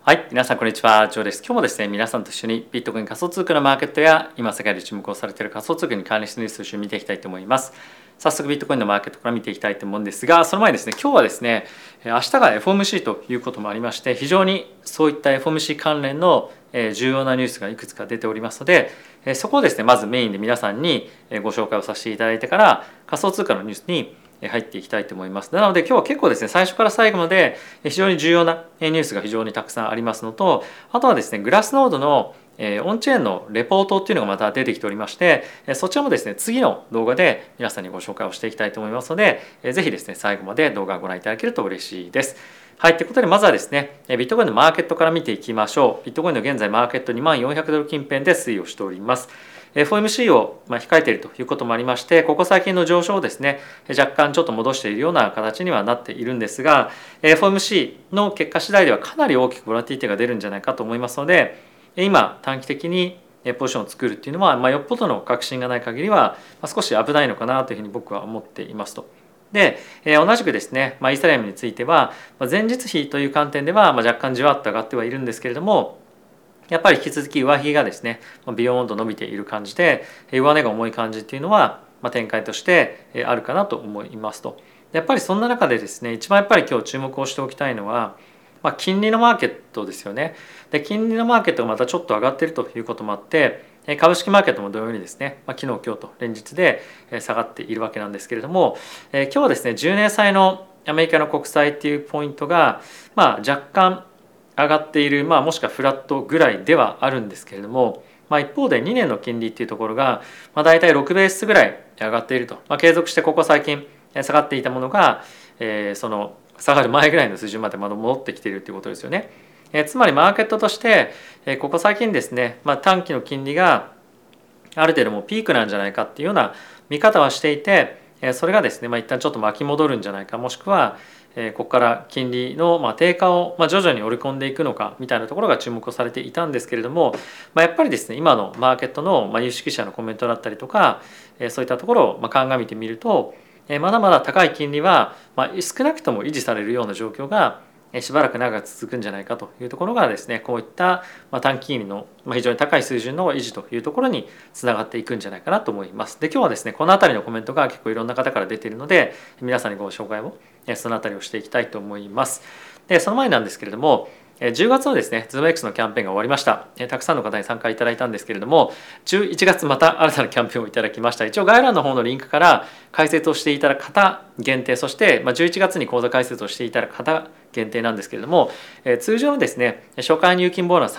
はい、皆さんこんにちは、ジョーです。今日もですね、皆さんと一緒にビットコイン仮想通貨のマーケットや今世界で注目をされている仮想通貨に関連したニュースを一緒に見ていきたいと思います。早速ビットコインのマーケットから見ていきたいと思うんですが、その前にですね、今日はですね、明日が FOMC ということもありまして、非常にそういった FOMC 関連の重要なニュースがいくつか出ておりますので、そこをですね、まずメインで皆さんにご紹介をさせていただいてから仮想通貨のニュースに入っていきたいと思います。なので今日は結構ですね、最初から最後まで非常に重要なニュースが非常にたくさんありますのと、あとはですね、グラスノードのオンチェーンのレポートっていうのがまた出てきておりまして、そちらもですね、次の動画で皆さんにご紹介をしていきたいと思いますので、ぜひですね、最後まで動画をご覧いただけると嬉しいです。はい、ということでまずはですね、ビットコインのマーケットから見ていきましょう。ビットコインの現在マーケット2400ドル近辺で推移をしております。FOMC を控えているということもありまして、ここ最近の上昇をですね、若干ちょっと戻しているような形にはなっているんですが、FOMC の結果次第ではかなり大きくボラティティが出るんじゃないかと思いますので、今短期的にポジションを作るっていうのは、よっぽどの確信がない限りは少し危ないのかなというふうに僕は思っていますと。で、同じくですね、イーサリアムについては前日比という観点では若干じわっと上がってはいるんですけれども、やっぱり引き続き上髭がですねビヨーンと伸びている感じで、上値が重い感じっていうのは展開としてあるかなと思いますと。やっぱりそんな中でですね、一番やっぱり今日注目をしておきたいのは、金利のマーケットですよね。で、金利のマーケットがまたちょっと上がっているということもあって、株式マーケットも同様にですね、昨日今日と連日で下がっているわけなんですけれども、今日はですね、10年債のアメリカの国債っていうポイントが若干上がっている、もしくはフラットぐらいではあるんですけれども、一方で2年の金利っていうところが大体6ベースぐらい上がっていると、継続してここ最近下がっていたものが、その下がる前ぐらいの水準までまだ戻ってきているということですよね。つまりマーケットとしてここ最近ですね、短期の金利がある程度もうピークなんじゃないかっていうような見方はしていて、それがですね、一旦ちょっと巻き戻るんじゃないか、もしくはここから金利の低下を徐々に織り込んでいくのかみたいなところが注目をされていたんですけれども、やっぱりですね、今のマーケットの有識者のコメントだったりとか、そういったところを鑑みてみると、まだまだ高い金利は少なくとも維持されるような状況がしばらく長く続くんじゃないかというところがですね、こういった短期金利の非常に高い水準の維持というところにつながっていくんじゃないかなと思います。で、今日はですね、この辺りのコメントが結構いろんな方から出ているので、皆さんにご紹介をその辺りをしていきたいと思います。で、その前なんですけれども、10月のですね、ZoomX のキャンペーンが終わりました。たくさんの方に参加いただいたんですけれども、11月また新たなキャンペーンをいただきました。一応概要欄の方のリンクから解説をしていただく方限定、そして11月に口座開設をしていただく方限定なんですけれども、通常のですね、初回入金ボーナス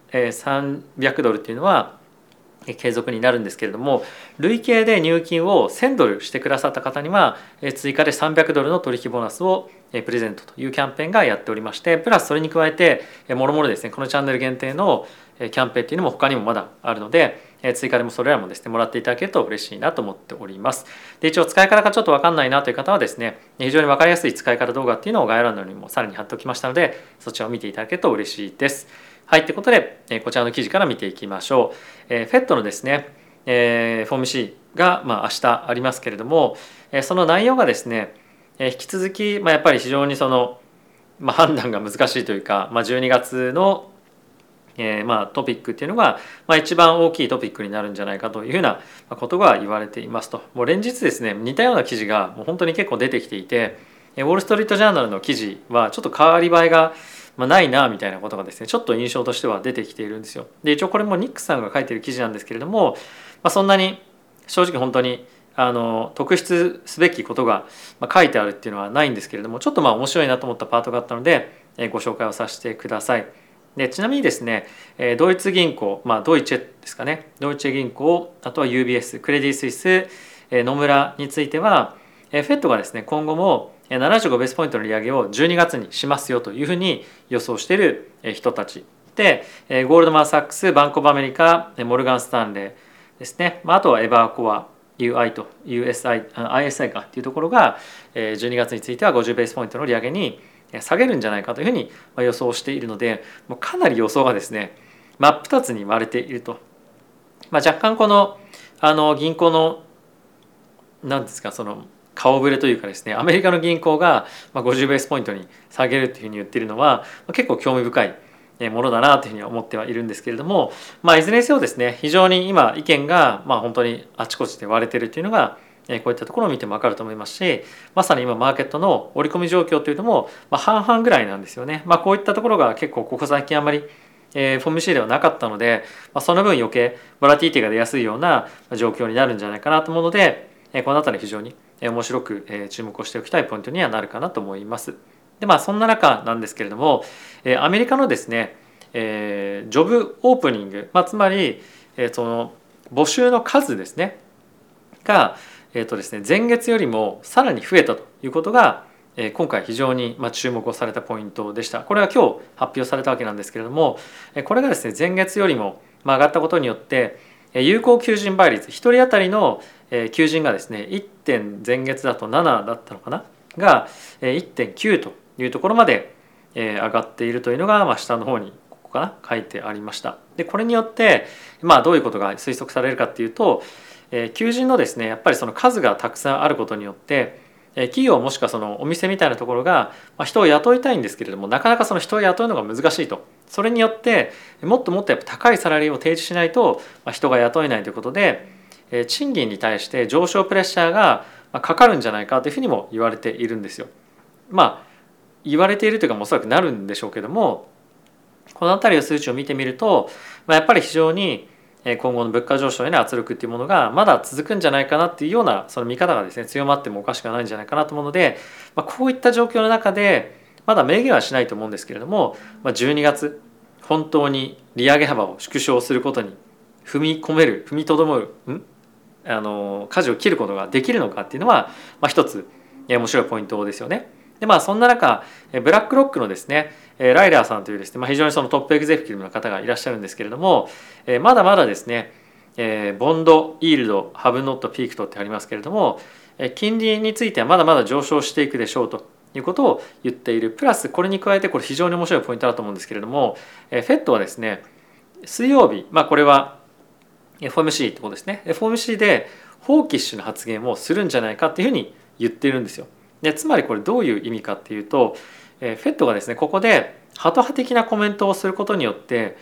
300ドルっていうのは継続になるんですけれども、累計で入金を1000ドルしてくださった方には追加で300ドルの取引ボーナスをプレゼントというキャンペーンがやっておりまして、プラスそれに加えてもろもろですね、このチャンネル限定のキャンペーンっていうのも他にもまだあるので、追加でもそれらもですねもらっていただけると嬉しいなと思っております。で、一応使い方がちょっと分かんないなという方はですね、非常に分かりやすい使い方動画っていうのを概要欄の方にもさらに貼っておきましたので、そちらを見ていただけると嬉しいです。はい、ということでこちらの記事から見ていきましょう。FED のですね、FOMC が明日ありますけれども、その内容がですね、引き続きやっぱり非常にその判断が難しいというか、12月のトピックっていうのが一番大きいトピックになるんじゃないかというふうなことが言われていますと。もう連日ですね、似たような記事がもう本当に結構出てきていて、ウォール・ストリート・ジャーナルの記事はちょっと変わり映えがないなみたいなことがですね、ちょっと印象としては出てきているんですよ。で、一応これもニックさんが書いている記事なんですけれども、そんなに正直本当に特筆すべきことが書いてあるっていうのはないんですけれども、ちょっと面白いなと思ったパートがあったのでご紹介をさせてください。で、ちなみにですね、ドイツ銀行、ドイチェですかね、ドイツ銀行、あとは UBS、クレディ・スイス、野村については FED がですね、今後も75ベースポイントの利上げを12月にしますよというふうに予想している人たちで、ゴールドマン・サックス、バンコブ・アメリカ、モルガン・スタンレーですね、あとはエバーコア、UI と ISI かっていうところが12月については50ベースポイントの利上げに下げるんじゃないかというふうに予想しているので、もうかなり予想がですね真っ二つに割れていると。若干この銀行の何ですか、その顔ぶれというかですね、アメリカの銀行が50ベースポイントに下げるというふうに言っているのは結構興味深いものだなというふうに思ってはいるんですけれども、いずれにせよですね、非常に今意見が本当にあちこちで割れているというのがこういったところを見ても分かると思いますし、まさに今マーケットの織り込み状況というのも半々ぐらいなんですよね。こういったところが結構ここ最近あまりFOMC ではなかったので、その分余計ボラティティが出やすいような状況になるんじゃないかなと思うので、この辺り非常に面白く注目をしておきたいポイントにはなるかなと思います。でそんな中なんですけれども、アメリカのですね、ジョブオープニング、つまりその募集の数ですねが、ですね、前月よりもさらに増えたということが今回非常に注目をされたポイントでした。これは今日発表されたわけなんですけれども、これがですね前月よりも上がったことによって有効求人倍率1人当たりの求人がですね 前月だと7だったのかなが 1.9 というところまで上がっているというのが下の方にここかな書いてありました。でこれによってどういうことが推測されるかっていうと、求人のですねやっぱりその数がたくさんあることによって企業もしくはそのお店みたいなところが人を雇いたいんですけれども、なかなかその人を雇うのが難しいと。それによってもっともっとやっぱ高いサラリーを提示しないと人が雇えないということで、賃金に対して上昇プレッシャーがかかるんじゃないかというふうにも言われているんですよ。言われているというかおそらくなるんでしょうけども、この辺りの数値を見てみるとやっぱり非常に今後の物価上昇への圧力っていうものがまだ続くんじゃないかなっていうようなその見方がですね強まってもおかしくはないんじゃないかなと思うので、こういった状況の中でまだ明言はしないと思うんですけれども、12月本当に利上げ幅を縮小することに踏みとどまる舵を切ることができるのかっていうのは一つ面白いポイントですよね。でそんな中ブラックロックのですねライダーさんというですね非常にそのトップエグゼクティブの方がいらっしゃるんですけれども、まだまだですねボンドイールドハブノットピークとってありますけれども、金利についてはまだまだ上昇していくでしょうということを言っている。プラスこれに加えてこれ非常に面白いポイントだと思うんですけれども、FED はですね水曜日これは FOMC ってことですね FOMC でホーキッシュな発言をするんじゃないかっていうふうに言っているんですよ。でつまりこれどういう意味かっていうと、FED がですねここでハト派的なコメントをすることによって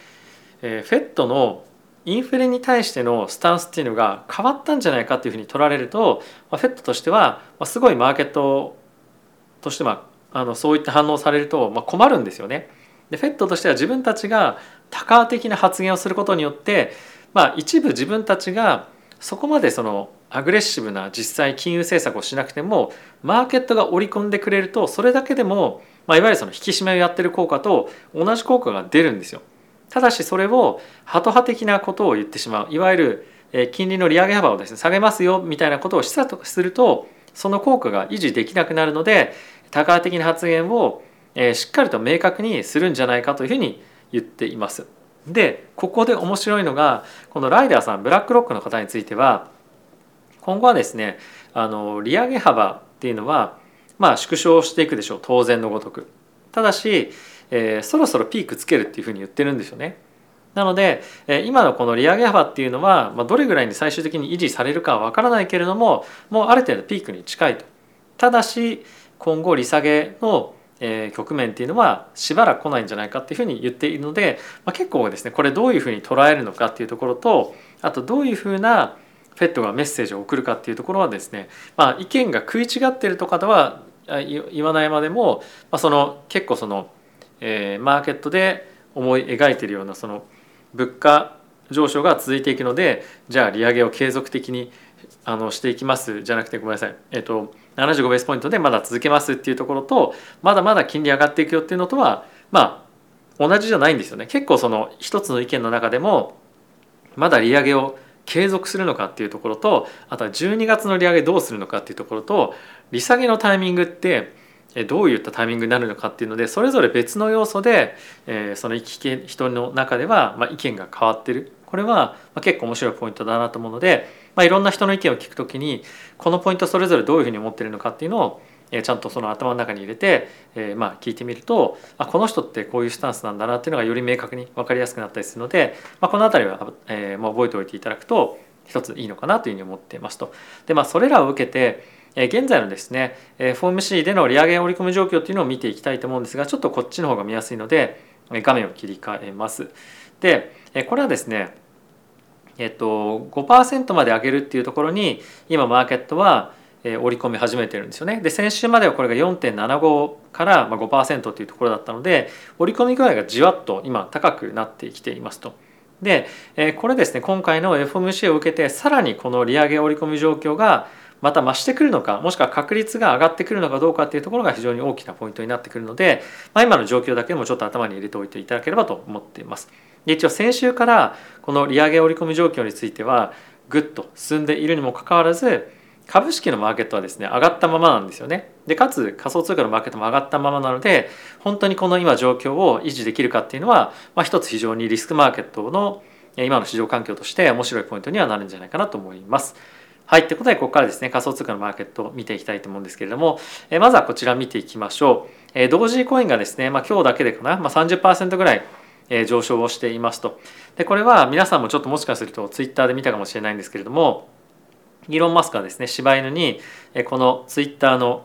、FED のインフレに対してのスタンスっていうのが変わったんじゃないかっていうふうに取られると、FED としてはすごいマーケットとしてそういった反応されると困るんですよね。で FED としては自分たちが多角的な発言をすることによって一部自分たちがそこまでそのアグレッシブな実際金融政策をしなくてもマーケットが織り込んでくれるとそれだけでもいわゆるその引き締めをやってる効果と同じ効果が出るんですよ。ただしそれをハト派的なことを言ってしまう、いわゆる金利の利上げ幅をですね下げますよみたいなことを示唆するとその効果が維持できなくなるので多角的な発言をしっかりと明確にするんじゃないかというふうに言っています。でここで面白いのがこのライダーさんブラックロックの方については今後はですね利上げ幅っていうのは縮小していくでしょう、当然のごとく。ただし、そろそろピークつけるっていうふうに言ってるんですよね。なので今のこの利上げ幅っていうのはどれぐらいに最終的に維持されるかは分からないけれどももうある程度ピークに近いと。ただし今後利下げの局面っていうのはしばらく来ないんじゃないかっていうふうに言っているので、結構ですねこれどういうふうに捉えるのかっていうところと、あとどういうふうなFEDがメッセージを送るかっていうところはですね、意見が食い違っているとかとは言わないまでも、結構マーケットで思い描いているような物価上昇が続いていくので、じゃあ利上げを継続的にしていきますじゃなくて、ごめんなさい、75ベースポイントでまだ続けますっていうところと、まだまだ金利上がっていくよっていうのとは同じじゃないんですよね。結構一つの意見の中でもまだ利上げを継続するのかっていうところと、あとは12月の利上げどうするのかっていうところと、利下げのタイミングってどういったタイミングになるのかっていうので、それぞれ別の要素でその人の中では意見が変わってる。これは結構面白いポイントだなと思うので、いろんな人の意見を聞くときにこのポイントそれぞれどういうふうに思ってるのかっていうのをちゃんとその頭の中に入れて聞いてみると、この人ってこういうスタンスなんだなっていうのがより明確に分かりやすくなったりするので、この辺りは覚えておいていただくと一ついいのかなというふうに思っていますと。でそれらを受けて現在のですね FOMC での利上げ織り込み状況っていうのを見ていきたいと思うんですが、ちょっとこっちの方が見やすいので画面を切り替えます。でこれはですね5% まで上げるっていうところに今マーケットは織り込み始めてるんですよね。で先週まではこれが 4.75 から5% というところだったので織り込み具合がじわっと今高くなってきていますと。でこれですね今回の FOMC を受けてさらにこの利上げ織り込み状況がまた増してくるのかもしくは確率が上がってくるのかどうかっていうところが非常に大きなポイントになってくるので、今の状況だけでもちょっと頭に入れておいていただければと思っています。で一応先週からこの利上げ織り込み状況についてはぐっと進んでいるにもかかわらず株式のマーケットはですね上がったままなんですよね。でかつ仮想通貨のマーケットも上がったままなので本当にこの今状況を維持できるかっていうのは、一つ非常にリスクマーケットの今の市場環境として面白いポイントにはなるんじゃないかなと思います。はい、ということでここからですね仮想通貨のマーケットを見ていきたいと思うんですけれども、まずはこちら見ていきましょう。ドージーコインがですね、今日だけでかな、30% ぐらい上昇をしていますと。でこれは皆さんもちょっともしかするとツイッターで見たかもしれないんですけれども、イーロン・マスクはですね柴犬にこのツイッターの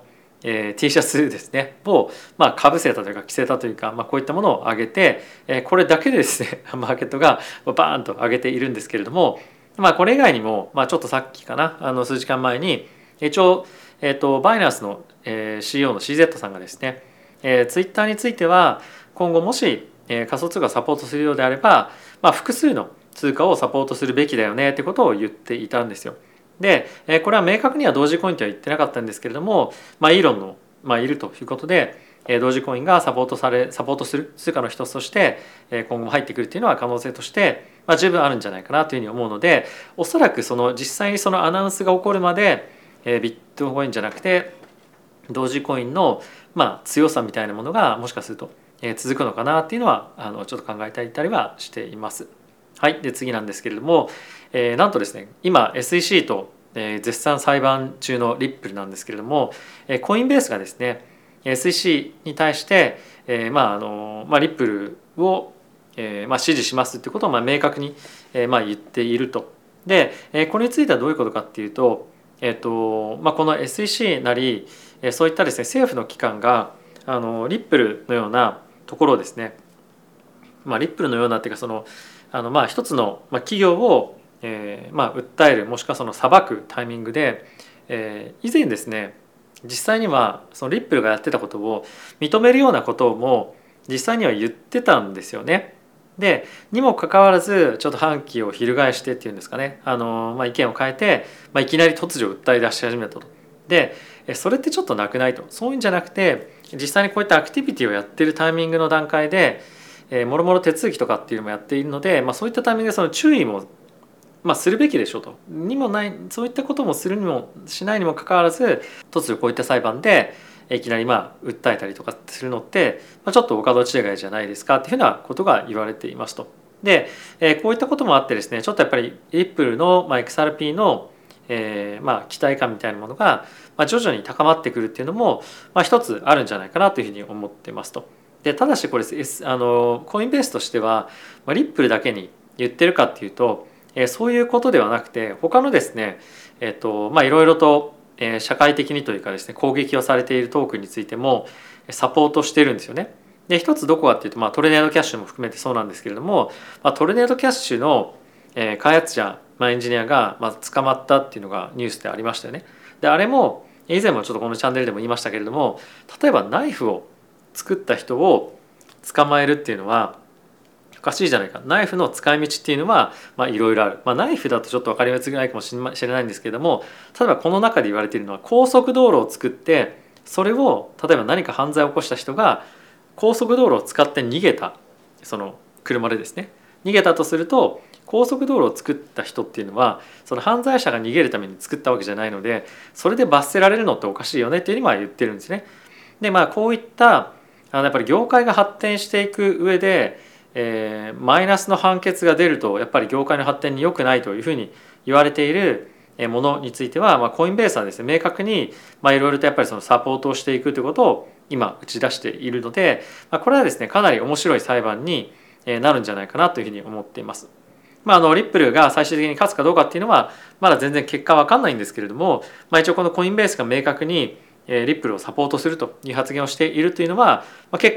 T シャツですねをかぶせたというか着せたというか、こういったものを上げてこれだけでですねマーケットがバーンと上げているんですけれども、これ以外にもちょっとさっきかな数時間前に一応バイナンスの CEO の CZ さんがですねツイッターについては今後もし仮想通貨をサポートするようであれば、複数の通貨をサポートするべきだよねってことを言っていたんですよ。でこれは明確には同時コインとは言ってなかったんですけれども、イーロンの、いるということで同時コインがサポートする通貨の一つとして今後も入ってくるっていうのは可能性として十分あるんじゃないかなというふうに思うので、おそらく実際にそのアナウンスが起こるまでビットコインじゃなくて同時コインの強さみたいなものがもしかすると続くのかなっていうのはちょっと考えていたりはしています。はい、で次なんですけれども、なんとですね今 SEC と絶賛裁判中のリップルなんですけれども、コインベースがですね SEC に対してリップルを支持しますっていうことを明確に言っていると。でこれについてはどういうことかっていうと、この SEC なりそういったですね政府の機関がリップルのようなところをですね、リップルのようなっていうか一つの企業を訴えるもしくは裁くタイミングで以前ですね実際にはそのリップルがやってたことを認めるようなことも実際には言ってたんですよね。でにもかかわらずちょっと反旗を翻してっていうんですかね意見を変えて、いきなり突如訴え出し始めたと。でそれってちょっとなくないと。そういうんじゃなくて実際にこういったアクティビティをやってるタイミングの段階でもろもろ手続きとかっていうのもやっているので、そういったタイミングでその注意もするべきでしょうと。にもないそういったこともするにもしないにもかかわらず突如こういった裁判でいきなり訴えたりとかするのってちょっとお門違いじゃないですかっていうふうなことが言われていますと。でこういったこともあってですねちょっとやっぱりリップルの XRP の期待感みたいなものが徐々に高まってくるっていうのも一つあるんじゃないかなというふうに思ってますと。でただしこれコインベースとしてはリップルだけに言ってるかっていうとそういうことではなくて他のですねいろいろと社会的にというかですね攻撃をされているトークンについてもサポートしてるんですよね。で一つどこかっていうと、トルネードキャッシュも含めてそうなんですけれども、トルネードキャッシュの開発者、エンジニアが捕まったっていうのがニュースでありましたよね。であれも以前もちょっとこのチャンネルでも言いましたけれども、例えばナイフを作った人を捕まえるっていうのはおかしいじゃないか。ナイフの使い道っていうのはいろいろある。ナイフだとちょっと分かりやすくないかもしれないんですけれども、例えばこの中で言われているのは高速道路を作ってそれを例えば何か犯罪を起こした人が高速道路を使って逃げた、その車でですね逃げたとすると高速道路を作った人っていうのはその犯罪者が逃げるために作ったわけじゃないので、それで罰せられるのっておかしいよねっていうふうに言ってるんですね。でこういったやっぱり業界が発展していく上でマイナスの判決が出るとやっぱり業界の発展に良くないというふうに言われているものについては、コインベースはですね明確にいろいろとやっぱりそのサポートをしていくということを今打ち出しているので、これはですねかなり面白い裁判になるんじゃないかなというふうに思っています。リップルが最終的に勝つかどうかっていうのはまだ全然結果は分かんないんですけれども、一応このコインベースが明確にリップルをサポートするという発言をしているというのは結構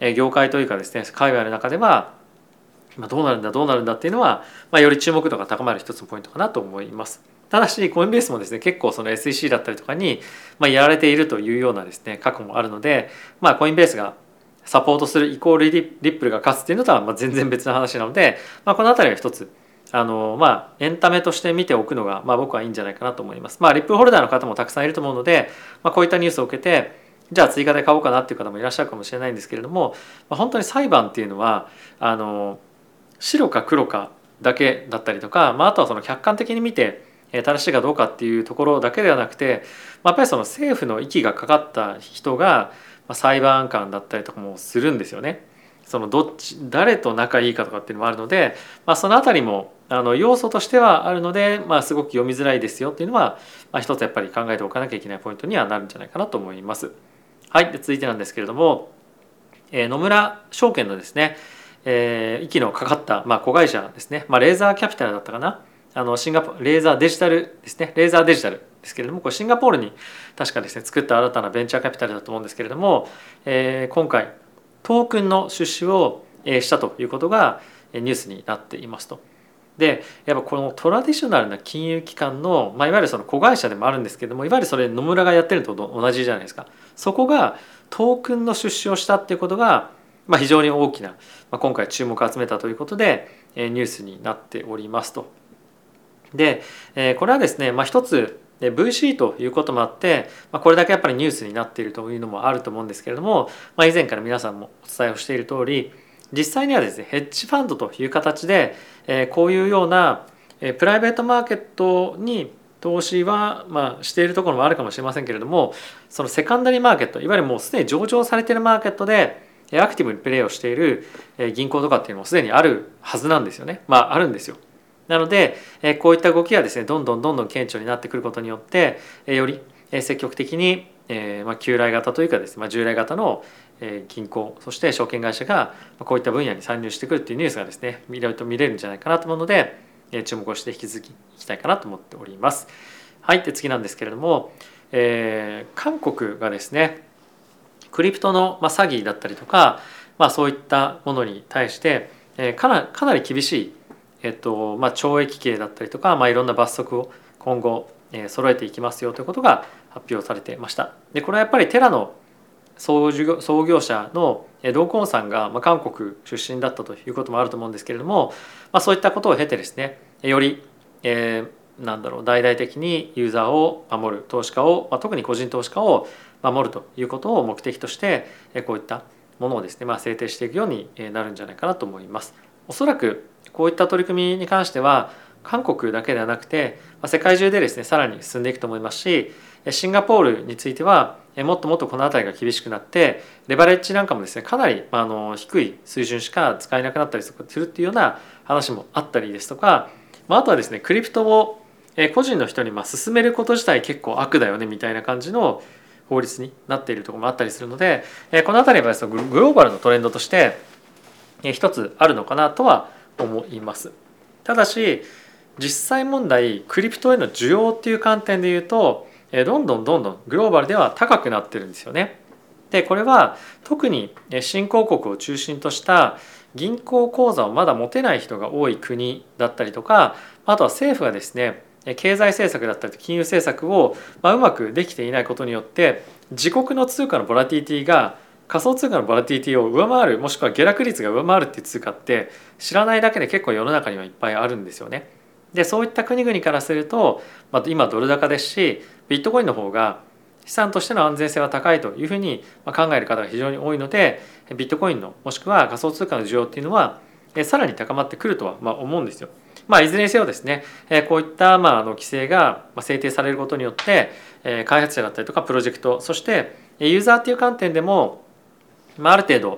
業界というかですね海外の中ではどうなるんだっていうのは、より注目度が高まる一つのポイントかなと思います。ただしコインベースもですね結構その SEC だったりとかにやられているというようなですね過去もあるので、コインベースがサポートするイコールリップルが勝つっていうのとは全然別の話なので、この辺りは一つエンタメとして見ておくのが僕はいいんじゃないかなと思います。リップホルダーの方もたくさんいると思うので、こういったニュースを受けてじゃあ追加で買おうかなっていう方もいらっしゃるかもしれないんですけれども、本当に裁判っていうのは白か黒かだけだったりとか、あとはその客観的に見て正しいかどうかっていうところだけではなくて、やっぱりその政府の息がかかった人が裁判官だったりとかもするんですよね。その誰と仲いいかとかっていうのもあるので、そのあたりも要素としてはあるので、すごく読みづらいですよっていうのは、一つやっぱり考えておかなきゃいけないポイントにはなるんじゃないかなと思います。はい、で続いてなんですけれども、野村証券のですね息のかかった、子会社ですね、レーザーキャピタルだったかな、シンガポールレーザーデジタルですね、レーザーデジタルですけれども、これシンガポールに確かですね作った新たなベンチャーキャピタルだと思うんですけれども、今回トークンの出資をしたということがニュースになっていますと。でやっぱこのトラディショナルな金融機関の、いわゆるその子会社でもあるんですけれども、いわゆるそれ野村がやってるのと同じじゃないですか。そこがトークンの出資をしたっていうことが非常に大きな、今回注目を集めたということでニュースになっておりますと。でこれはですね、一つ VC ということもあって、これだけやっぱりニュースになっているというのもあると思うんですけれども、以前から皆さんもお伝えをしている通り、実際にはですねヘッジファンドという形でこういうようなプライベートマーケットに投資はしているところもあるかもしれませんけれども、そのセカンダリーマーケット、いわゆるもうすでに上場されているマーケットでアクティブにプレーをしている銀行とかっていうのもすでにあるはずなんですよね。あるんですよ。なのでこういった動きがですねどんどん顕著になってくることによってより積極的に旧来型というかですね従来型の銀行そして証券会社がこういった分野に参入してくるっていうニュースがですねいろいろと見れるんじゃないかなと思うので注目をして引き続きいきたいかなと思っております。はい、で次なんですけれども、韓国がですねクリプトの詐欺だったりとか、そういったものに対してかなり厳しい懲役刑だったりとか、いろんな罰則を今後揃えていきますよということが発表されていました。でこれはやっぱりテラの創業者のドーコンさんが韓国出身だったということもあると思うんですけれども、そういったことを経てですねより大々的にユーザーを守る投資家を、特に個人投資家を守るということを目的としてこういったものをですね制定していくようになるんじゃないかなと思います。おそらくこういった取り組みに関しては韓国だけではなくて世界中でですねさらに進んでいくと思いますし、シンガポールについてはもっともっとこの辺りが厳しくなってレバレッジなんかもですねかなり低い水準しか使えなくなったりするっていうような話もあったりですとか、あとはですねクリプトを個人の人に進めること自体結構悪だよねみたいな感じの法律になっているところもあったりするので、この辺りはですねグローバルのトレンドとして一つあるのかなとは思います。ただし実際問題クリプトへの需要っていう観点で言うとどんどんグローバルでは高くなってるんですよね。でこれは特に新興国を中心とした銀行口座をまだ持てない人が多い国だったりとか、あとは政府がですね経済政策だったり金融政策をうまくできていないことによって自国の通貨のボラティリティが仮想通貨のボラティリティを上回る、もしくは下落率が上回るっていう通貨って知らないだけで結構世の中にはいっぱいあるんですよね。でそういった国々からすると、今ドル高ですしビットコインの方が資産としての安全性は高いというふうに考える方が非常に多いので、ビットコインのもしくは仮想通貨の需要っていうのはさらに高まってくるとは思うんですよ。いずれにせよですねこういった規制が制定されることによって開発者だったりとかプロジェクト、そしてユーザーっていう観点でもある程度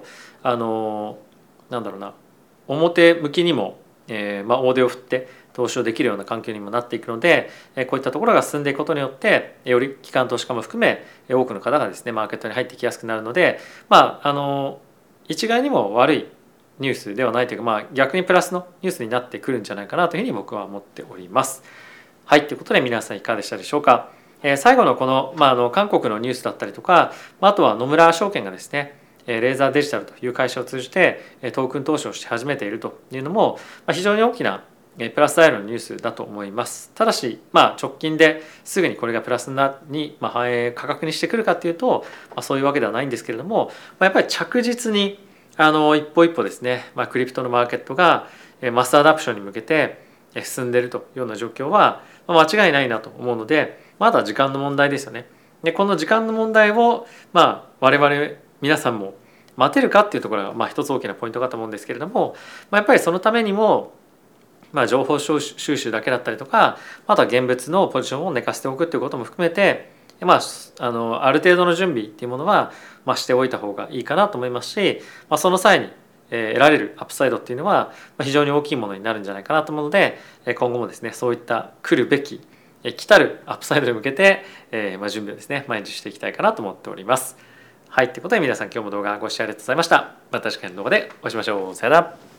表向きにも大手を振って投資をできるような環境にもなっていくので、こういったところが進んでいくことによってより機関投資家も含め多くの方がですねマーケットに入ってきやすくなるので、一概にも悪いニュースではないというか、逆にプラスのニュースになってくるんじゃないかなというふうに僕は思っております。はい、ということで皆さんいかがでしたでしょうか。最後のこの、韓国のニュースだったりとか、あとは野村証券がですねレーザーデジタルという会社を通じてトークン投資をし始めているというのも非常に大きなプラス材料のニュースだと思います。ただし、直近ですぐにこれがプラスに反映価格にしてくるかっていうと、そういうわけではないんですけれども、やっぱり着実に一歩一歩ですね、クリプトのマーケットがマスアダプションに向けて進んでいるというような状況は間違いないなと思うので、まだ時間の問題ですよね。でこの時間の問題を我々皆さんも待てるかっていうところが一つ大きなポイントかと思うんですけれども、やっぱりそのためにも情報収集だけだったりとか、あとは現物のポジションを寝かせておくっていうことも含めて、ある程度の準備っていうものはしておいた方がいいかなと思いますし、その際に得られるアップサイドっていうのは非常に大きいものになるんじゃないかなと思うので、今後もですねそういった来るべき来たるアップサイドに向けて準備をですね毎日していきたいかなと思っております。はい、ということで皆さん今日も動画ご視聴ありがとうございました。また次回の動画でお会いしましょう。さよなら。